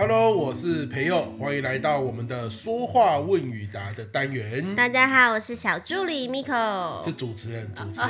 Hello， 我是培佑，欢迎来到我们的说话问与答的单元。 大家好，我是小助理 Miko， 是主持人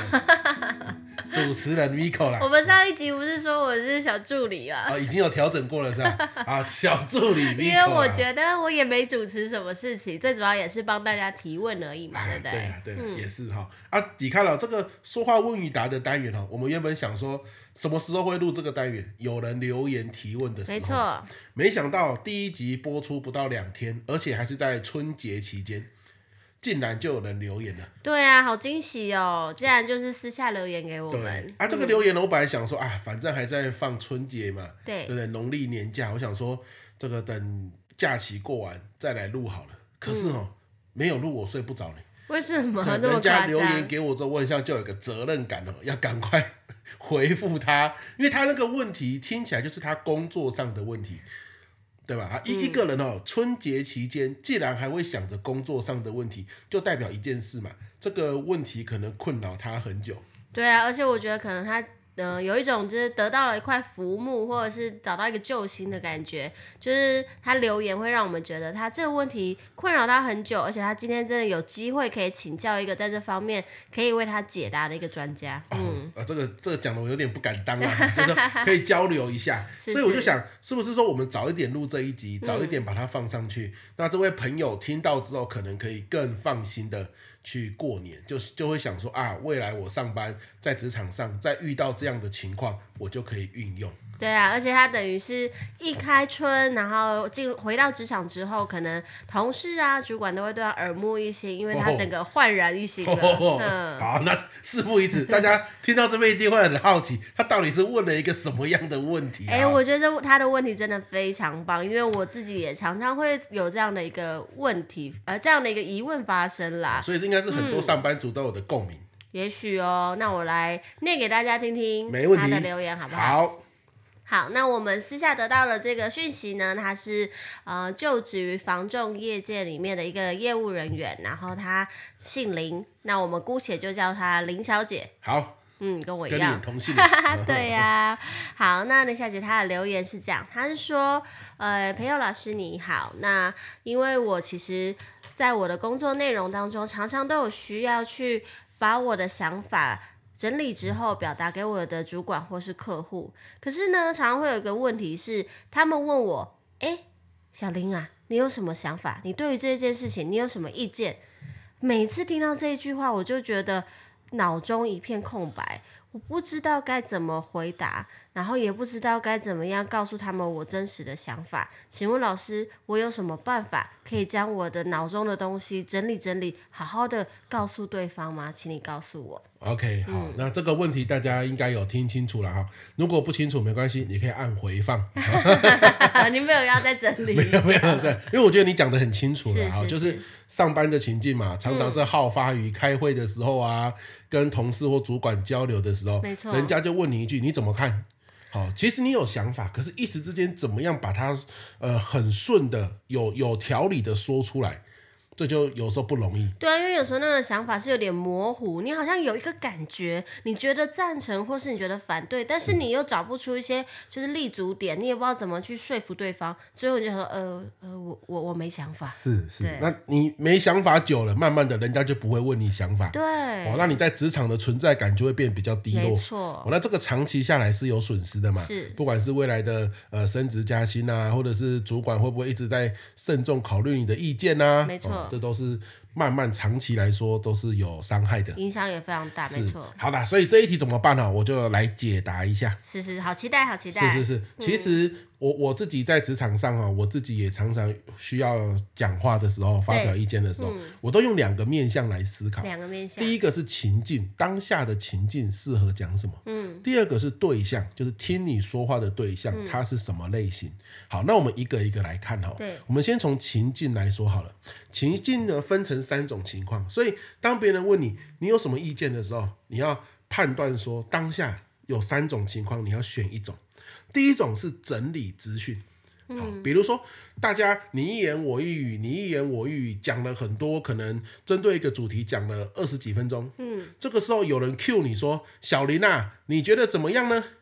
Miko 啦。 我们上一集不是说我是小助理啊？ 已经有调整过了是吧？啊，小助理 Miko 因为我觉得我也没主持什么事情，最主要也是帮大家提问而已嘛，对不对？ 对啊，也是哈。你看了这个说话问与答的单元我们原本想说什么时候会录这个单元，有人留言提问的时候， 没错。 没想到第一集播出不到2天，而且还是在春节期间，竟然就有人留言了。 对啊，好惊喜哦！竟然就是私下留言给我们。 这个留言呢，我本来想说反正还在放春节嘛， 对不对？农历年假，我想说这个等假期过完再来录好了。可是没有录我睡不着呢。 为什么那么夸张？ 人家留言给我之后，我像就有一个责任感要赶快回复他，因为他那个问题听起来就是他工作上的问题。对吧？一个人春节期间既然还会想着工作上的问题，就代表一件事嘛，这个问题可能困扰他很久。 对啊，而且我觉得可能他有一种就是得到了一块浮木，或者是找到一个救星的感觉，就是他留言会让我们觉得他这个问题困扰他很久，而且他今天真的有机会可以请教一个在这方面可以为他解答的一个专家。 这个讲的我有点不敢当啦，就是可以交流一下。 是所以我就想，是不是说我们早一点录这一集，早一点把它放上去，那这位朋友听到之后，可能可以更放心的去过年，就会想说未来我上班在职场上，再遇到这样的情况，我就可以运用。 对啊，而且他等于是一开春，然后回到职场之后，可能同事主管都会对他耳目一新，因为他整个焕然一新了。 好，那事不宜迟，大家听到这边一定会很好奇，他到底是问了一个什么样的问题？ 我觉得他的问题真的非常棒，因为我自己也常常会有这样的一个问题，这样的一个疑问发生啦。 所以应该是很多上班族都有的共鸣。 也许那我来念给大家听听他的留言好不好？好，那我们私下得到了这个讯息呢，他是就职于房仲业界里面的一个业务人员，然后他姓林，那我们姑且就叫他林小姐。 好， 跟我一样， 跟你同姓。 对呀。好，那林小姐她的留言是这样，她是说，培佑老师你好，那因为我其实在我的工作内容当中，常常都有需要去把我的想法整理之后表达给我的主管或是客户，可是呢常常会有一个问题是，他们问我小林你有什么想法，你对于这件事情你有什么意见？每次听到这一句话，我就觉得脑中一片空白，我不知道该怎么回答，然后也不知道该怎么样告诉他们我真实的想法。请问老师，我有什么办法可以将我的脑中的东西整理整理，好好的告诉对方吗？请你告诉我。 OK， 好，那这个问题大家应该有听清楚了哈。如果不清楚没关系，你可以按回放。 你没有要再整理？ 没有因为我觉得你讲得很清楚了就是上班的情境嘛，常常这好发于开会的时候跟同事或主管交流的时候， 没错， 人家就问你一句你怎么看？好，其实你有想法，可是一时之间怎么样把它很顺的有条理的说出来，这就有时候不容易。 对啊，因为有时候那个想法是有点模糊，你好像有一个感觉，你觉得赞成或是你觉得反对，但是你又找不出一些就是立足点，你也不知道怎么去说服对方，最后你就说我没想法。 是，那你没想法久了，慢慢的人家就不会问你想法。 对， 那你在职场的存在感就会变比较低落。 没错， 那这个长期下来是有损失的嘛？ 是， 不管是未来的升职加薪或者是主管会不会一直在慎重考虑你的意见没错， 这都是慢慢长期来说都是有伤害的， 影响也非常大。没错。 好啦，所以这一题怎么办我就来解答一下。 是，好期待。 是，其实我自己在职场上我自己也常常需要讲话的时候，发表意见的时候，我都用2个面向来思考。 2个面向， 第一个是情境，当下的情境适合讲什么。第二个是对象，就是听你说话的对象，它是什么类型。好，那我们一个一个来看我们先从情境来说好了。情境呢分成3种情况，所以当别人问你有什么意见的时候，你要判断说当下有3种情况，你要选一种。第一种是整理资讯，比如说大家你一言我一语，讲了很多，可能针对一个主题讲了20几分钟，这个时候有人 cue 你说小林你觉得怎么样呢？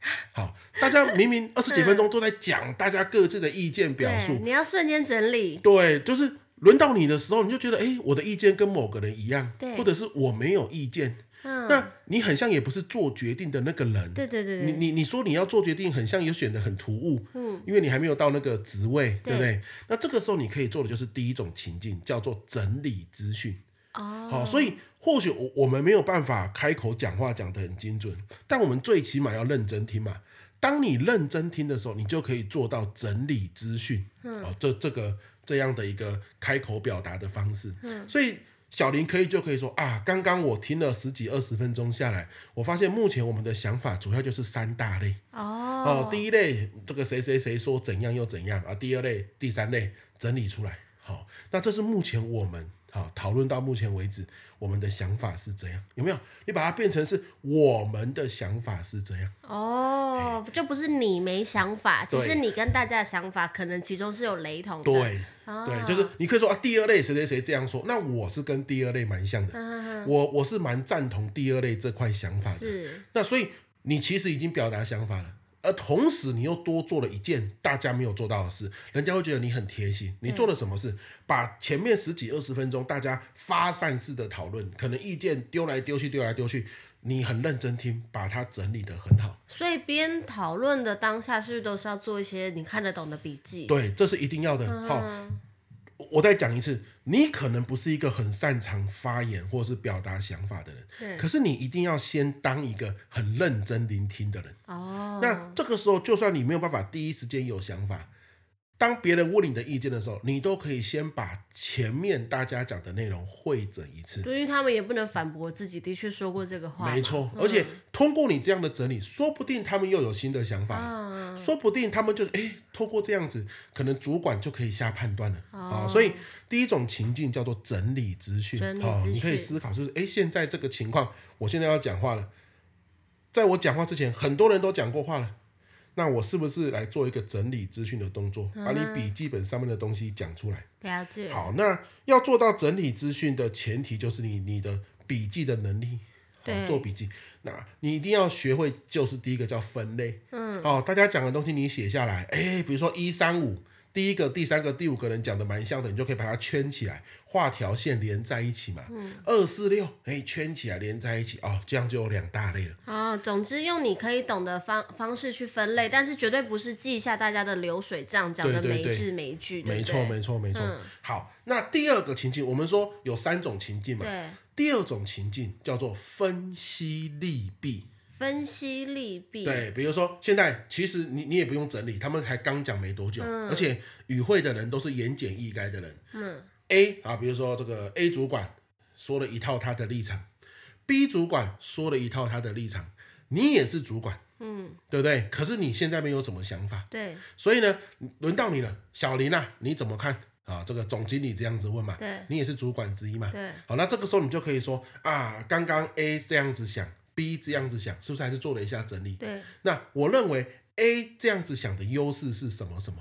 好，大家明明20几分钟都在讲大家各自的意见表述， 你要瞬间整理。 对，就是轮到你的时候，你就觉得我的意见跟某个人一样，或者是我没有意见。那你很像也不是做决定的那个人。 对， 你说你要做决定，很像也选得很突兀。因为你还没有到那个职位，对不对？那这个时候你可以做的就是第一种情境，叫做整理资讯。好，所以或许我们没有办法开口讲话讲得很精准，但我们最起码要认真听嘛。当你认真听的时候，你就可以做到整理资讯。这样的一个开口表达的方式。所以小林就可以说啊，刚刚我听了10几20分钟下来，我发现目前我们的想法主要就是3大类。第一类这个谁谁谁说怎样又怎样啊，第二类第三类整理出来。好，那这是目前我们讨论到目前为止我们的想法是这样，有没有？你把它变成是我们的想法是这样。 就不是你没想法，只是你跟大家的想法可能其中是有雷同的。 对，就是你可以说第二类谁谁谁这样说，那我是跟第二类蛮像的。我是蛮赞同第二类这块想法的。是，那所以你其实已经表达想法了，而同时你又多做了一件大家没有做到的事，人家会觉得你很贴心。你做了什么事？把前面10几20分钟大家发散式的讨论，可能意见丢来丢去，你很认真听，把它整理得很好。 所以边讨论的当下，是不是都是要做一些你看得懂的笔记？ 对，这是一定要的。我再讲一次，你可能不是一个很擅长发言或是表达想法的人，可是你一定要先当一个很认真聆听的人。那这个时候，就算你没有办法第一时间有想法，当别人问你的意见的时候，你都可以先把前面大家讲的内容汇整一次。 因为他们也不能反驳自己的确说过这个话。 没错，而且通过你这样的整理，说不定他们又有新的想法，说不定他们就透过这样子，可能主管就可以下判断了。所以第一种情境叫做整理资讯。你可以思考就是现在这个情况，我现在要讲话了，在我讲话之前，很多人都讲过话了。那我是不是来做一个整理资讯的动作，把你笔记本上面的东西讲出来？ 了解。 好，那要做到整理资讯的前提就是你的笔记的能力。做笔记，那你一定要学会，就是第一个叫分类。大家讲的东西你写下来，比如说1、3、5。第一个、第三个、第5个人讲的蛮像的，你就可以把它圈起来，画条线连在一起嘛。2、4、6，圈起来连在一起，这样就有2大类了。 总之用你可以懂的方式去分类，但是绝对不是记下大家的流水账，讲的每一字每一句。 没错。好，那第二个情境，我们说有3种情境嘛。 对。 第二种情境叫做分析利弊。 分析利弊。 对，比如说现在其实你也不用整理，他们还刚讲没多久，而且与会的人都是言简意赅的人。A 比如说这个 A 主管说了一套他的立场， B 主管说了一套他的立场，你也是主管，对不对？可是你现在没有什么想法， 对， 所以呢，轮到你了，小林啊，你怎么看？这个总经理这样子问嘛，你也是主管之一嘛，好，那这个时候你就可以说刚刚 A 这样子想，B 这样子想，是不是还是做了一下整理？ 对， 那我认为 A 这样子想的优势是什么什么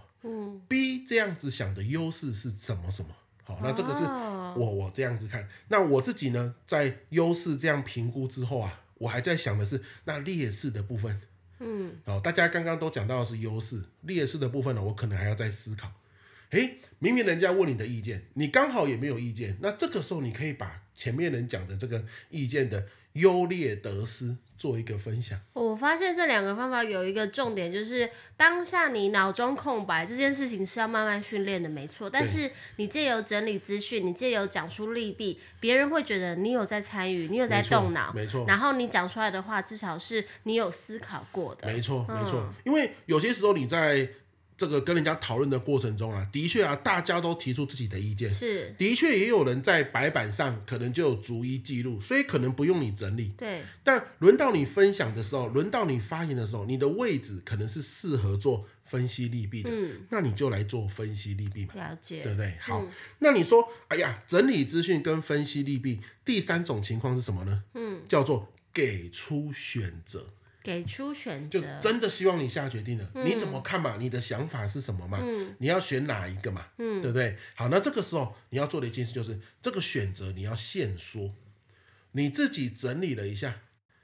，B 这样子想的优势是什么什么。好，那这个是我这样子看。那我自己呢，在优势这样评估之后我还在想的是那劣势的部分。大家刚刚都讲到的是优势，劣势的部分呢，我可能还要再思考。明明人家问你的意见，你刚好也没有意见，那这个时候你可以把前面人讲的这个意见的优劣得失做一个分享。 我发现这2个方法有一个重点，就是当下你脑中空白这件事情是要慢慢训练的，没错。但是你藉由整理资讯，你藉由讲出利弊，别人会觉得你有在参与，你有在动脑， 没错。 然后你讲出来的话，至少是你有思考过的。 没错。因为有些时候你在这个跟人家讨论的过程中的确大家都提出自己的意见， 是， 的确也有人在白板上可能就有逐一记录，所以可能不用你整理， 对。 但轮到你分享的时候，轮到你发言的时候，你的位置可能是适合做分析利弊的，那你就来做分析利弊嘛， 了解， 对不对？好，那你说，整理资讯跟分析利弊，第3种情况是什么呢？叫做给出选择。 给出选择， 就真的希望你下决定了，你怎么看嘛？你的想法是什么嘛？你要选哪一个嘛？对不对？好，那这个时候你要做的一件事就是这个选择你要现说，你自己整理了一下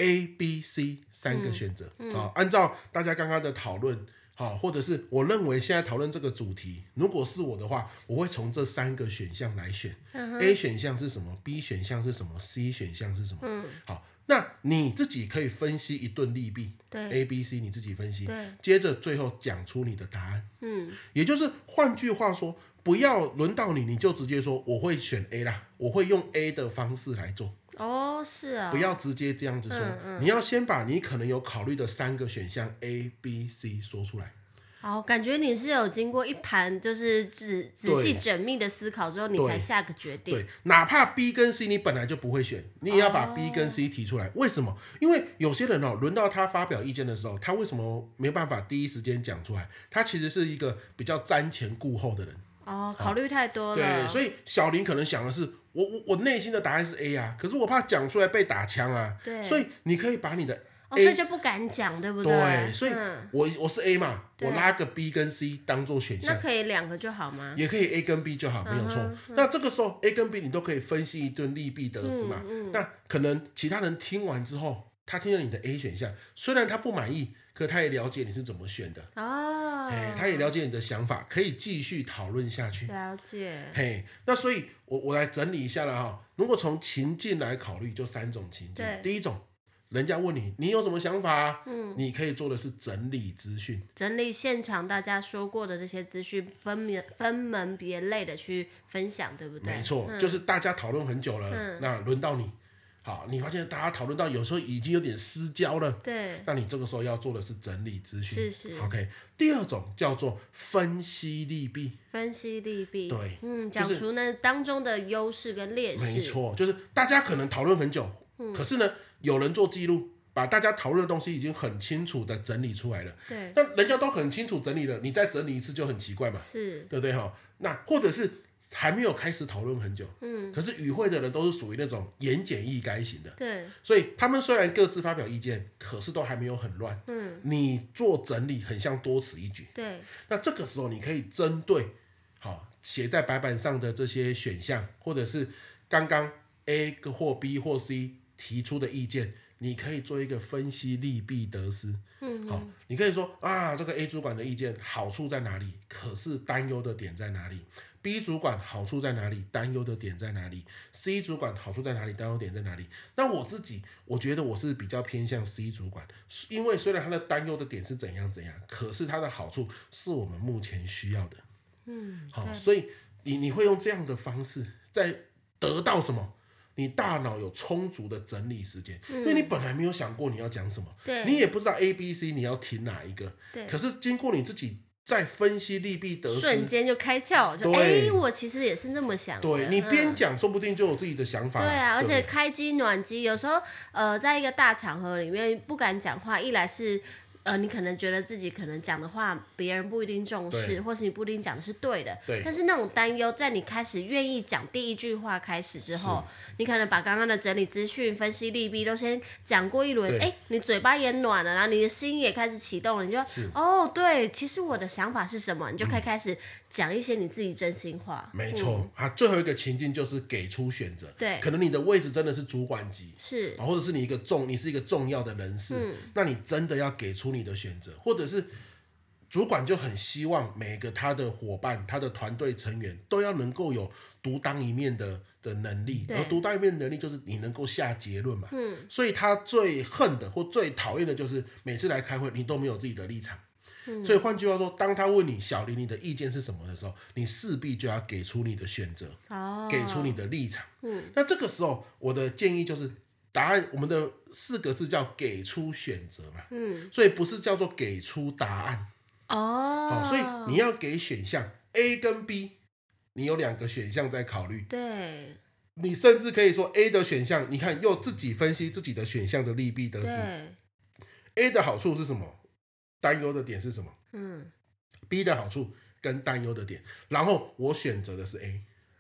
A、B、C 三个选择。按照大家刚刚的讨论，或者是我认为现在讨论这个主题，如果是我的话，我会从这三个选项来选。A 选项是什么 ？B 选项是什么 ？C 选项是什么？好，那你自己可以分析一顿利弊，对 A、B、C 你自己分析，接着最后讲出你的答案。也就是换句话说，不要轮到你就直接说我会选 A 啦，我会用 A 的方式来做。 是啊， 不要直接这样子说，你要先把你可能有考虑的三个选项 A、B、C 说出来。 感觉你是有经过一盘就是仔细缜密的思考之后，你才下个决定。 对，哪怕 B 跟 C 你本来就不会选，你也要把 B 跟 C 提出来。为什么？因为有些人轮到他发表意见的时候，他为什么没办法第一时间讲出来？他其实是一个比较瞻前顾后的人。 考虑太多了。 对，所以小林可能想的是，我内心的答案是 A 啊，可是我怕讲出来被打枪啊。对，所以你可以把你的所以就不敢讲，对不对？ 对，所以我是 A 嘛，我拉个 B 跟 C 当做选项。 那可以两个就好吗？ 也可以 A 跟 B 就好，没有错。那这个时候 A 跟 B 你都可以分析一顿利弊得失嘛。那可能其他人听完之后，他听了你的 A 选项，虽然他不满意，可他也了解你是怎么选的。他也了解你的想法，可以继续讨论下去。 了解。 那所以我来整理一下了哈。如果从情境来考虑，就三种情境。第一种，人家问你有什么想法你可以做的是整理资讯， 整理现场大家说过的这些资讯，分门别类的去分享，对不对？ 没错，就是大家讨论很久了，那轮到你。好，你发现大家讨论到有时候已经有点失焦了，对，那你这个时候要做的是整理资讯，是 OK。第二种叫做分析利弊，对， 讲出那当中的优势跟劣势， 没错，就是大家可能讨论很久，可是呢，有人做记录，把大家讨论的东西已经很清楚的整理出来了，对，那人家都很清楚整理了，你再整理一次就很奇怪嘛，是，对不对那或者是还没有开始讨论很久，可是与会的人都是属于那种言简意赅型的，对，所以他们虽然各自发表意见，可是都还没有很乱，你做整理很像多此一举，对，那这个时候你可以针对写在白板上的这些选项，或者是刚刚 A 或 B 或 C 提出的意见，你可以做一个分析利弊得失。你可以说这个 A 主管的意见好处在哪里，可是担忧的点在哪里？B 主管好处在哪里？担忧的点在哪里 ？C 主管好处在哪里？担忧点在哪里？那我觉得我是比较偏向 C 主管，因为虽然他的担忧的点是怎样，可是他的好处是我们目前需要的。所以你会用这样的方式，在得到什么？你大脑有充足的整理时间，因为你本来没有想过你要讲什么，你也不知道 A、B、C 你要听哪一个，可是经过你自己在分析利弊得失， 瞬间就开窍，我其实也是这么想的。 对，你边讲，说不定就有自己的想法。 对啊，而且开机暖机，有时候在一个大场合里面不敢讲话，一来是你可能觉得自己可能讲的话别人不一定重视，或是你不一定讲的是对的，但是那种担忧在你开始愿意讲第一句话开始之后，你可能把刚刚的整理资讯、分析利弊都先讲过一轮，你嘴巴也暖了，然后你的心也开始启动了，你就对，其实我的想法是什么，你就开始讲一些你自己真心话。 没错，最后一个情境就是给出选择，对，可能你的位置真的是主管级，是，或者是你是一个重要的人士，那你真的要给出你的选择，或者是主管就很希望每个他的伙伴、他的团队成员都要能够有独当一面的能力，而独当一面的能力就是你能够下结论嘛。所以他最恨的或最讨厌的就是每次来开会你都没有自己的立场。所以换句话说，当他问你小林你的意见是什么的时候，你势必就要给出你的选择，给出你的立场。那这个时候我的建议就是答案，我们的4个字叫给出选择嘛，所以不是叫做给出答案。所以你要给选项 A 跟 B， 你有2个选项在考虑。对，你甚至可以说 A 的选项，你看又自己分析自己的选项的利弊得失。A 的好处是什么？担忧的点是什么？B 的好处跟担忧的点，然后我选择的是 A。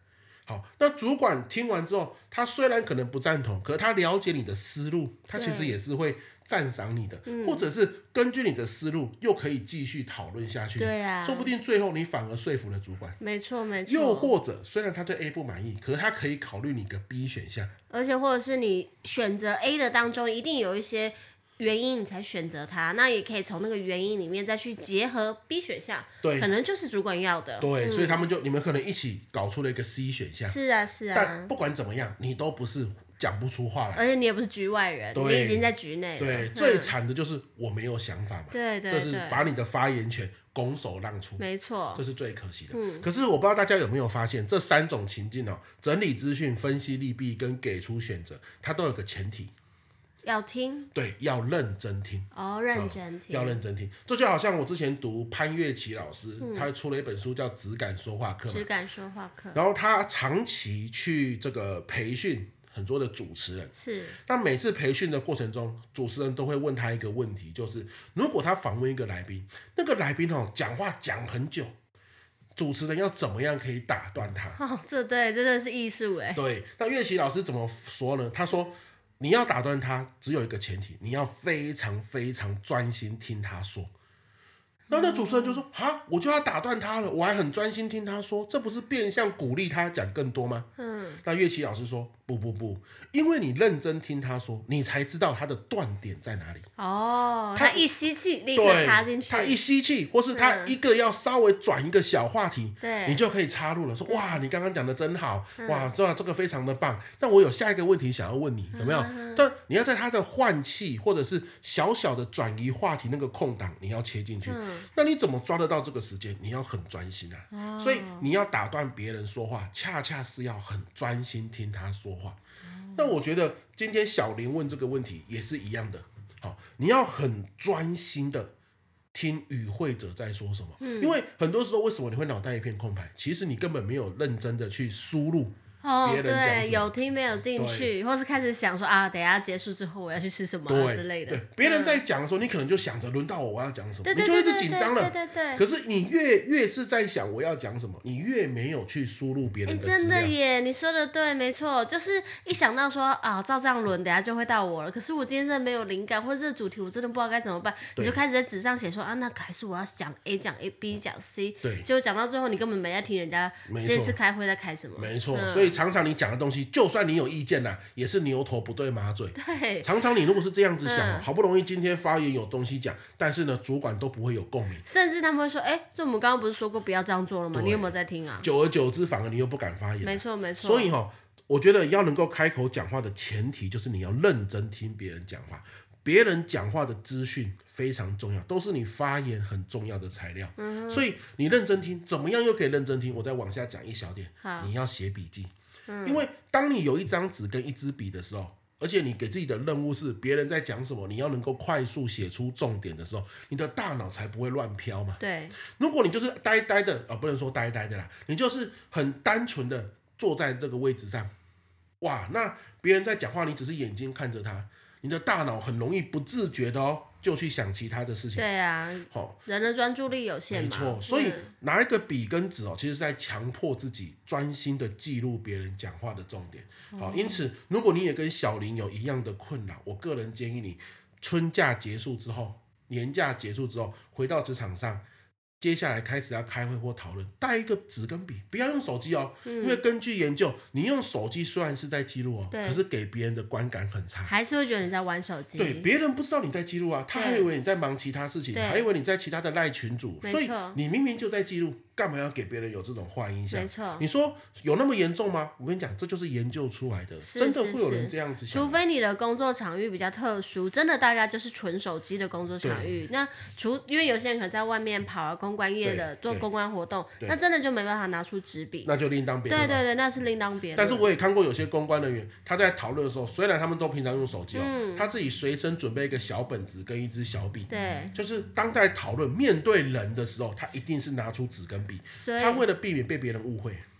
好，那主管听完之后，他虽然可能不赞同，可是他了解你的思路，他其实也是会赞赏你的，或者是根据你的思路又可以继续讨论下去。 对啊， 说不定最后你反而说服了主管。 没错没错。 又或者虽然他对 A 不满意，可是他可以考虑你的 B 选项。 而且或者是你选择 A 的当中，一定有一些原因你才选择它，那也可以从那个原因里面再去结合 B 选项， 对， 可能就是主管要的。 对，所以你们可能一起搞出了一个 C 选项。 是啊是啊。 但不管怎么样，你都不是讲不出话来， 而且你也不是局外人，你已经在局内了。 对，最惨的就是我没有想法嘛。 对对对，这是把你的发言权拱手让出。 没错， 这是最可惜的。可是我不知道大家有没有发现，这3种情境整理资讯、分析利弊跟给出选择，它都有个前提。 要听， 对，要认真听。 认真听， 要认真听。这就好像我之前读潘岳琪老师，他出了一本书叫《质感说话课》嘛。 质感说话课。 然后他长期去这个培训很多的主持人， 是。 但每次培训的过程中，主持人都会问他一个问题，就是如果他访问一个来宾，那个来宾讲话讲很久，主持人要怎么样可以打断他？ 这对真的是艺术哎。 对，那岳琪老师怎么说呢？他说，你要打断他，只有一个前提，你要非常非常专心听他说。那主持人就说：“哈，我就要打断他了，我还很专心听他说，这不是变相鼓励他讲更多吗？”那岳琪老师说：“不，因为你认真听他说，你才知道他的断点在哪里。” 他一吸气立刻插进去， 他一吸气，或是他一个要稍微转一个小话题，你就可以插入了，说：“哇，你刚刚讲的真好，哇，这个非常的棒。那我有下一个问题想要问你，有没有？但你要在他的换气或者是小小的转移话题那个空档，你要切进去。那你怎么抓得到这个时间？你要很专心啊。所以你要打断别人说话，恰恰是要很专心听他说话。那我觉得今天小林问这个问题也是一样的。好，你要很专心的听与会者在说什么，因为很多时候为什么你会脑袋一片空白？其实你根本没有认真的去输入。 对，有听没有进去，或是开始想说等一下结束之后我要去吃什么之类的。 对，别人在讲的时候，你可能就想着轮到我要讲什么，你就一直紧张了。 对。 可是你越是在想我要讲什么，你越没有去输入别人的资料。 真的耶，你说的对，没错，就是一想到说照这样轮，等一下就会到我了。可是我今天真的没有灵感，或者这个主题我真的不知道该怎么办，你就开始在纸上写说那还是我要讲 A 讲 A，B 讲 C， 对，结果讲到最后你根本没在听人家这次开会在开什么。 没错，所以常常你讲的东西，就算你有意见也是牛头不对马嘴。 对， 常常你如果是这样子想，好不容易今天发言有东西讲，但是呢，主管都不会有共鸣， 甚至他们会说：“这我们刚刚不是说过不要这样做了吗？你有没有在听啊？” 久而久之，反而你又不敢发言。 没错。 所以我觉得要能够开口讲话的前提，就是你要认真听别人讲话。别人讲话的资讯非常重要，都是你发言很重要的材料。所以你认真听，怎么样又可以认真听？我再往下讲一小点，你要写笔记。因为当你有一张纸跟一支笔的时候，而且你给自己的任务是别人在讲什么，你要能够快速写出重点的时候，你的大脑才不会乱飘嘛。 对， 如果你就是呆呆的不能说呆呆的啦，你就是很单纯的坐在这个位置上，哇，那别人在讲话，你只是眼睛看着他，你的大脑很容易不自觉的就去想其他的事情。 对啊，人的专注力有限嘛。 没错，所以拿一个笔跟纸其实是在强迫自己专心的记录别人讲话的重点。因此如果你也跟小林有一样的困扰，我个人建议你春假结束之后，年假结束之后，回到职场上，接下来开始要开会或讨论，带一个纸跟笔，不要用手机因为根据研究，你用手机虽然是在记录可是给别人的观感很差， 还是会觉得你在玩手机。 对，别人不知道你在记录他还以为你在忙其他事情，还以为你在其他的赖群组，所以你明明就在记录，干嘛要给别人有这种坏印象？ 没错， 你说有那么严重吗？我跟你讲，这就是研究出来的，真的会有人这样子想。 除非你的工作场域比较特殊，真的大家就是纯手机的工作场域。那因为有些人可能在外面跑公关业的做公关活动，那真的就没办法拿出纸笔， 那就另当别论。 对，那是另当别论。 但是我也看过有些公关人员，他在讨论的时候，虽然他们都平常用手机他自己随身准备一个小本子跟一支小笔， 对， 就是当在讨论面对人的时候，他一定是拿出纸跟笔，他为了避免被别人误会。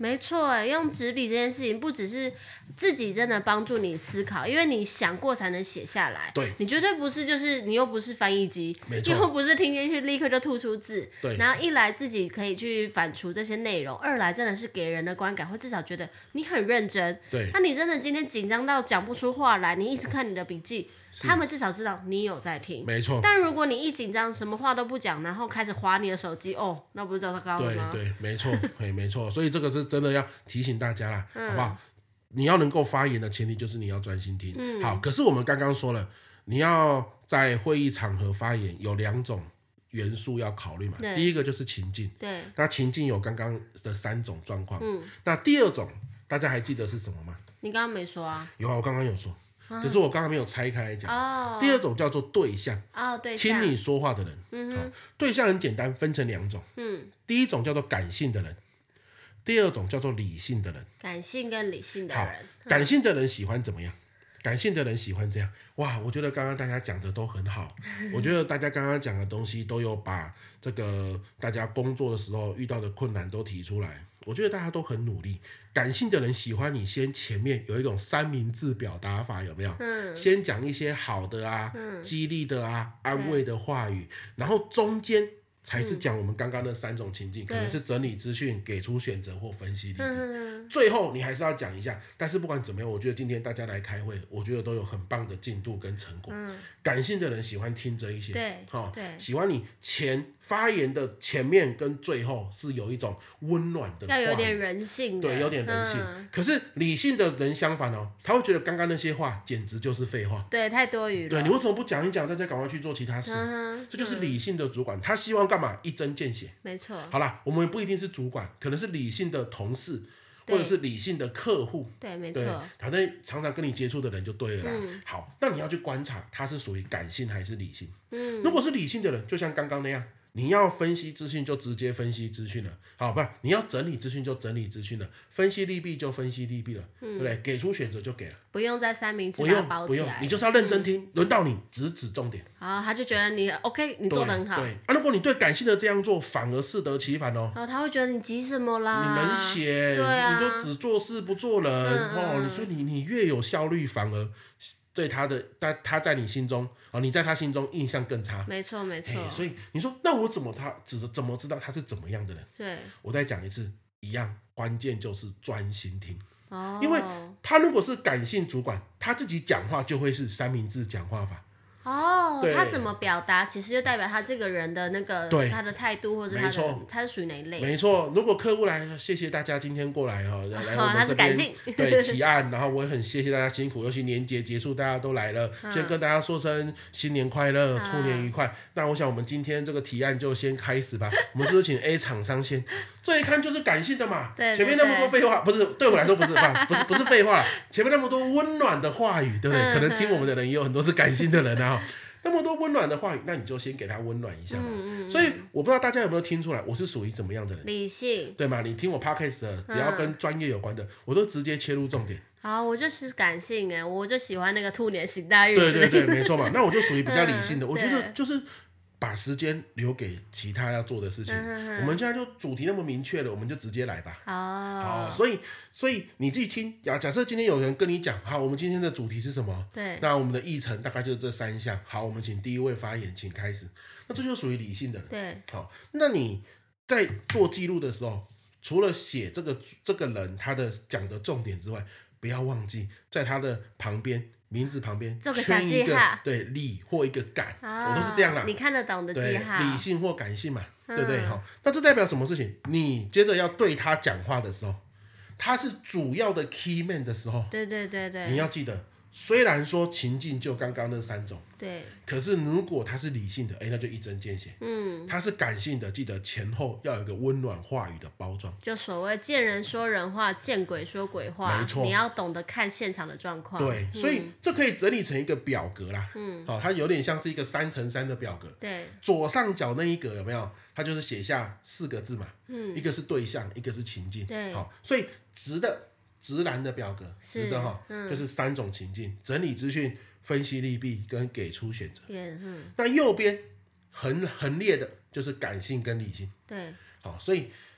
没错，用纸笔这件事情不只是自己真的帮助你思考，因为你想过才能写下来。 对， 你绝对不是就是你又不是翻译机，又不是听进去立刻就吐出字。 对， 然后一来自己可以去反刍这些内容，二来真的是给人的观感会至少觉得你很认真。 对， 那你真的今天紧张到讲不出话来，你一直看你的笔记，他们至少知道你有在听。 没错。 但如果你一紧张什么话都不讲，然后开始滑你的手机，那不是糟糕了吗？ 对，没错，没错。所以这个是真的要提醒大家啦，好不好？你要能够发言的前提就是你要专心听。好，可是我们刚刚说了，你要在会议场合发言有2种元素要考虑嘛。第一个就是情境， 对， 那情境有刚刚的3种状况。那第2种大家还记得是什么吗？ 你刚刚没说啊？ 有啊，我刚刚有说。只是我刚刚没有拆开来讲。第2种叫做对象， 对象， 听你说话的人。对象很简单，分成2种。第一种叫做感性的人，第2种叫做理性的人。 感性跟理性的人。好， 感性的人喜欢怎么样？感性的人喜欢这样。哇，我觉得刚刚大家讲的都很好。我觉得大家刚刚讲的东西都有把这个大家工作的时候遇到的困难都提出来。我觉得大家都很努力。感性的人喜欢你先前面有一种3明治表达法，有没有？先讲一些好的啊，激励的啊，安慰的话语，然后中间才是讲我们刚刚的3种情境，可能是整理资讯、给出选择或分析利弊。最后你还是要讲一下。但是不管怎么样，我觉得今天大家来开会，我觉得都有很棒的进度跟成果。感性的人喜欢听这一些， 对， 喜欢你发言的前面跟最后是有一种温暖的话， 要有点人性的， 对，有点人性。可是理性的人相反哦，他会觉得刚刚那些话简直就是废话， 对，太多余了。 对，你为什么不讲一讲，大家赶快去做其他事？这就是理性的主管，他希望干嘛？一针见血。 没错。 好啦，我们不一定是主管，可能是理性的同事，或者是理性的客户。 对，没错。 反正常常跟你接触的人就对了啦。好，那你要去观察他是属于感性还是理性。如果是理性的人，就像刚刚那样，你要分析资讯就直接分析资讯了，好，不然你要整理资讯就整理资讯了，分析利弊就分析利弊了，对不对？给出选择就给了， 不用再3明治把它包起来， 不用，你就是要认真听，轮到你直指重点。 好，他就觉得你 OK， 你做得很好。 对啊，如果你对感性的这样做，反而适得其反哦。 然后他会觉得你急什么啦？ 你冷血， 对啊， 你就只做事不做人。所以你越有效率，反而对他在你心中你在他心中印象更差。 没错没错。 所以你说那我怎么知道他是怎么样的人？ 对， 我再讲一次，一样，关键就是专心听。因为他如果是感性主管，他自己讲话就会是3明治讲话法。 他怎么表达，其实就代表他这个人的那个他的态度，或者他是属于哪一类？ 没错，如果客户来，谢谢大家今天过来来我们这边对提案，然后我也很谢谢大家辛苦，尤其年节结束大家都来了，先跟大家说声新年快乐，兔年愉快。那我想我们今天这个提案就先开始吧。我们是不是请 A 厂商先？这一看就是感性的嘛，前面那么多废话，不是对我来说不是废话，前面那么多温暖的话语，对不对？可能听我们的人也有很多是感性的人啊。那么多温暖的话语，那你就先给他温暖一下嘛。所以我不知道大家有没有听出来，我是属于怎么样的人？ 理性，对嘛？你听我 podcast 的，只要跟专业有关的，我都直接切入重点。 好，我就是感性我就喜欢那个兔年行大运。 对，没错嘛。那我就属于比较理性的，我觉得就是把时间留给其他要做的事情。我们现在就主题那么明确了，我们就直接来吧。好，所以你自己听。假设今天有人跟你讲，好，我们今天的主题是什么？ 对， 那我们的议程大概就是这3项。好，我们请第一位发言，请开始。那这就属于理性的人。 对， 好，那你在做记录的时候，除了写这个人他的讲的重点之外，不要忘记在他的旁边。名字旁边圈一个对理或一个感，我都是这样啦。 你看得懂的记号， 理性或感性嘛，对不对？那这代表什么事情？你接着要对他讲话的时候，他是主要的 key man 的时候， 对， 你要记得，虽然说情境就刚刚那3种， 对， 可是如果他是理性的，那就一针见血。他是感性的，记得前后要有一个温暖话语的包装。 就所谓见人说人话，见鬼说鬼话。 没错， 你要懂得看现场的状况。 对，所以这可以整理成一个表格啦。它有点像是一个3×3的表格。对，左上角那一格有没有？它就是写下4个字嘛。一个是对象，一个是情境。 对， 所以直栏的表格，直的就是3种情境：整理资讯、分析利弊跟给出选择。那右边横列的就是感性跟理性。对，好，所以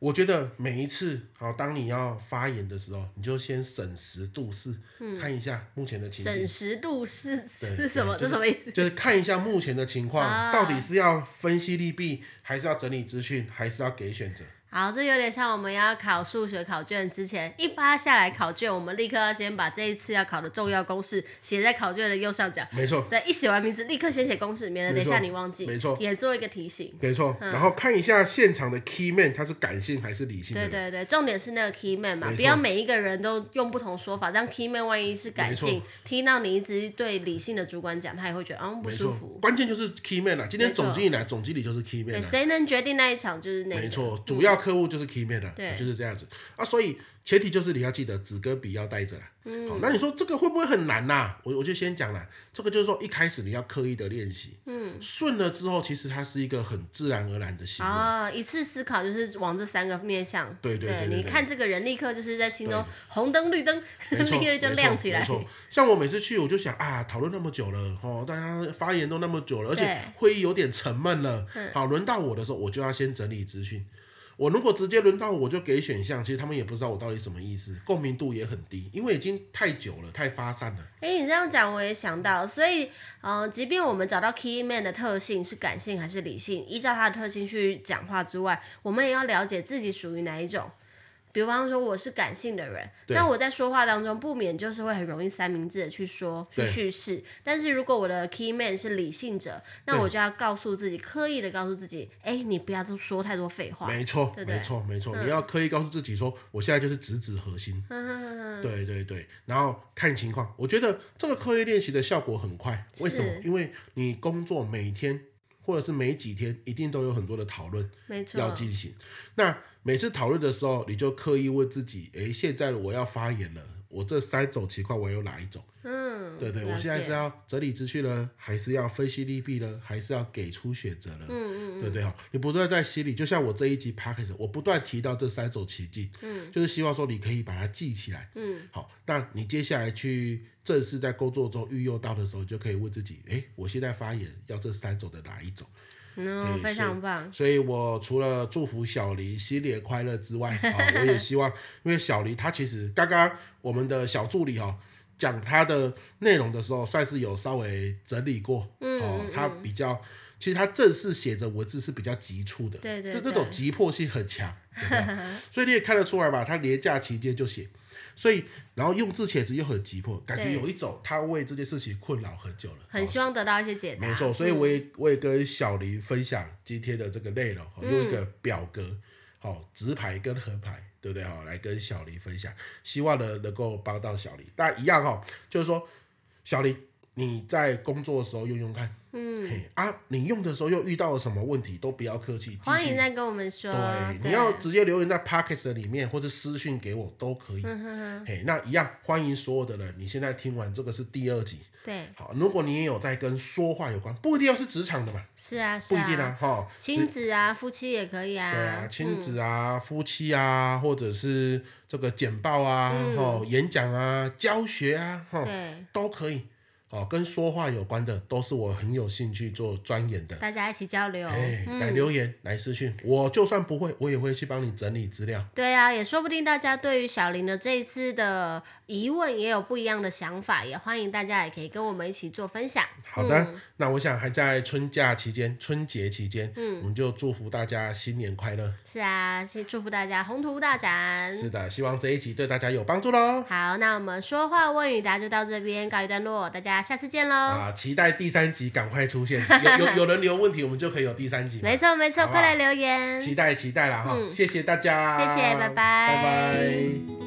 我觉得每一次当你要发言的时候，你就先审时度势，看一下目前的情境。 审时度势是什么？这什么意思？ 就是看一下目前的情况，到底是要分析利弊，还是要整理资讯，还是要给选择。 好，这有点像我们要考数学考卷之前，一发下来考卷，我们立刻要先把这一次要考的重要公式写在考卷的右上角。 没错。 对，一写完名字，立刻先写公式，免得等一下你忘记。 没错。 也做一个提醒。 没错。然后看一下现场的 key man， 他是感性还是理性的？ 对对对，重点是那个 key man 嘛，不要每一个人都用不同说法，这样 key man 万一是感性，听到你一直对理性的主管讲，他也会觉得不舒服。 关键就是 key man 啦，今天总经理来，总经理就是 key man。 对，谁能决定那一场就是那个。 没错，主要客户就是 key man。对，就是这样子啊，所以前提就是你要记得纸跟笔要带着啦。好，那你说这个会不会很难啦？我就先讲啦，这个就是说一开始你要刻意的练习，顺了之后，其实它是一个很自然而然的行为。 一次思考就是往这3个面向。 对， 你看这个人立刻就是在心中红灯绿灯，立刻就亮起来。 没错，像我每次去，我就想讨论那么久了，大家发言都那么久了，而且会议有点沉闷了。好，轮到我的时候，我就要先整理资讯。我如果直接轮到我就给选项，其实他们也不知道我到底什么意思，共鸣度也很低，因为已经太久了，太发散了。 你这样讲我也想到，所以即便我们找到 key man 的特性是感性还是理性，依照他的特性去讲话之外，我们也要了解自己属于哪一种。比方说我是感性的人，那我在说话当中不免就是会很容易三明治的去说去叙事，但是如果我的 key man 是理性者，那我就要告诉自己，刻意的告诉自己，你不要说太多废话。 没错，没错，你要刻意告诉自己说，我现在就是直指核心。对，然后看情况，我觉得这个刻意练习的效果很快。为什么？因为你工作每天或者是每几天一定都有很多的讨论要进行，那每次讨论的时候，你就刻意问自己，现在我要发言了，我这3种情况我有哪一种？对，我现在是要整理资讯呢，还是要分析利弊呢，还是要给出选择呢？对不对？你不断在心里，就像我这一集 Podcast， 我不断提到这3种情境，就是希望说你可以把它记起来。好，那你接下来去正式在工作中运用到的时候，就可以问自己，我现在发言要这3种的哪一种？ 非常棒。 所以我除了祝福小黎新年快乐之外，我也希望，因为小黎他其实刚刚我们的小助理讲他的内容的时候，算是有稍微整理过。他比较，其实他正式写着文字是比较急促的， 对， 那种急迫性很强，所以你也看得出来吧？他连假期间就写。所以，然后用字遣词又很急迫，感觉有一种他为这件事情困扰很久了， 很希望得到一些解答。 没错，所以我也跟小黎分享今天的这个内容，用一个表格，直排跟横排，对不对？来跟小黎分享，希望呢能够帮到小黎。那一样就是说，小黎你在工作的时候用用看。你用的时候又遇到了什么问题，都不要客气， 欢迎再跟我们说。 对，你要直接留言在 Podcast 里面，或者私讯给我都可以。那一样欢迎所有的人。你现在听完这个是第2集， 对， 好，如果你也有在跟说话有关，不一定要是职场的嘛， 是啊， 不一定啊， 亲子啊，夫妻也可以啊， 对啊，亲子啊，夫妻啊，或者是这个简报啊，演讲啊，教学啊， 对， 都可以。跟说话有关的都是我很有兴趣做钻研的， 大家一起交流， 来留言来私讯，我就算不会，我也会去帮你整理资料。 对啊，也说不定大家对于小林的这一次的疑问也有不一样的想法，也欢迎大家也可以跟我们一起做分享。 好的，那我想还在春节期间，我们就祝福大家新年快乐。 是啊，祝福大家宏图大展。 是的，希望这一集对大家有帮助咯。 好，那我们说话问语答就到这边告一段落，大家下次见咯。 期待第3集赶快出现，有人留问题，我们就可以有第3集。 没错，快来留言， 期待啦。谢谢大家， 谢谢，拜拜。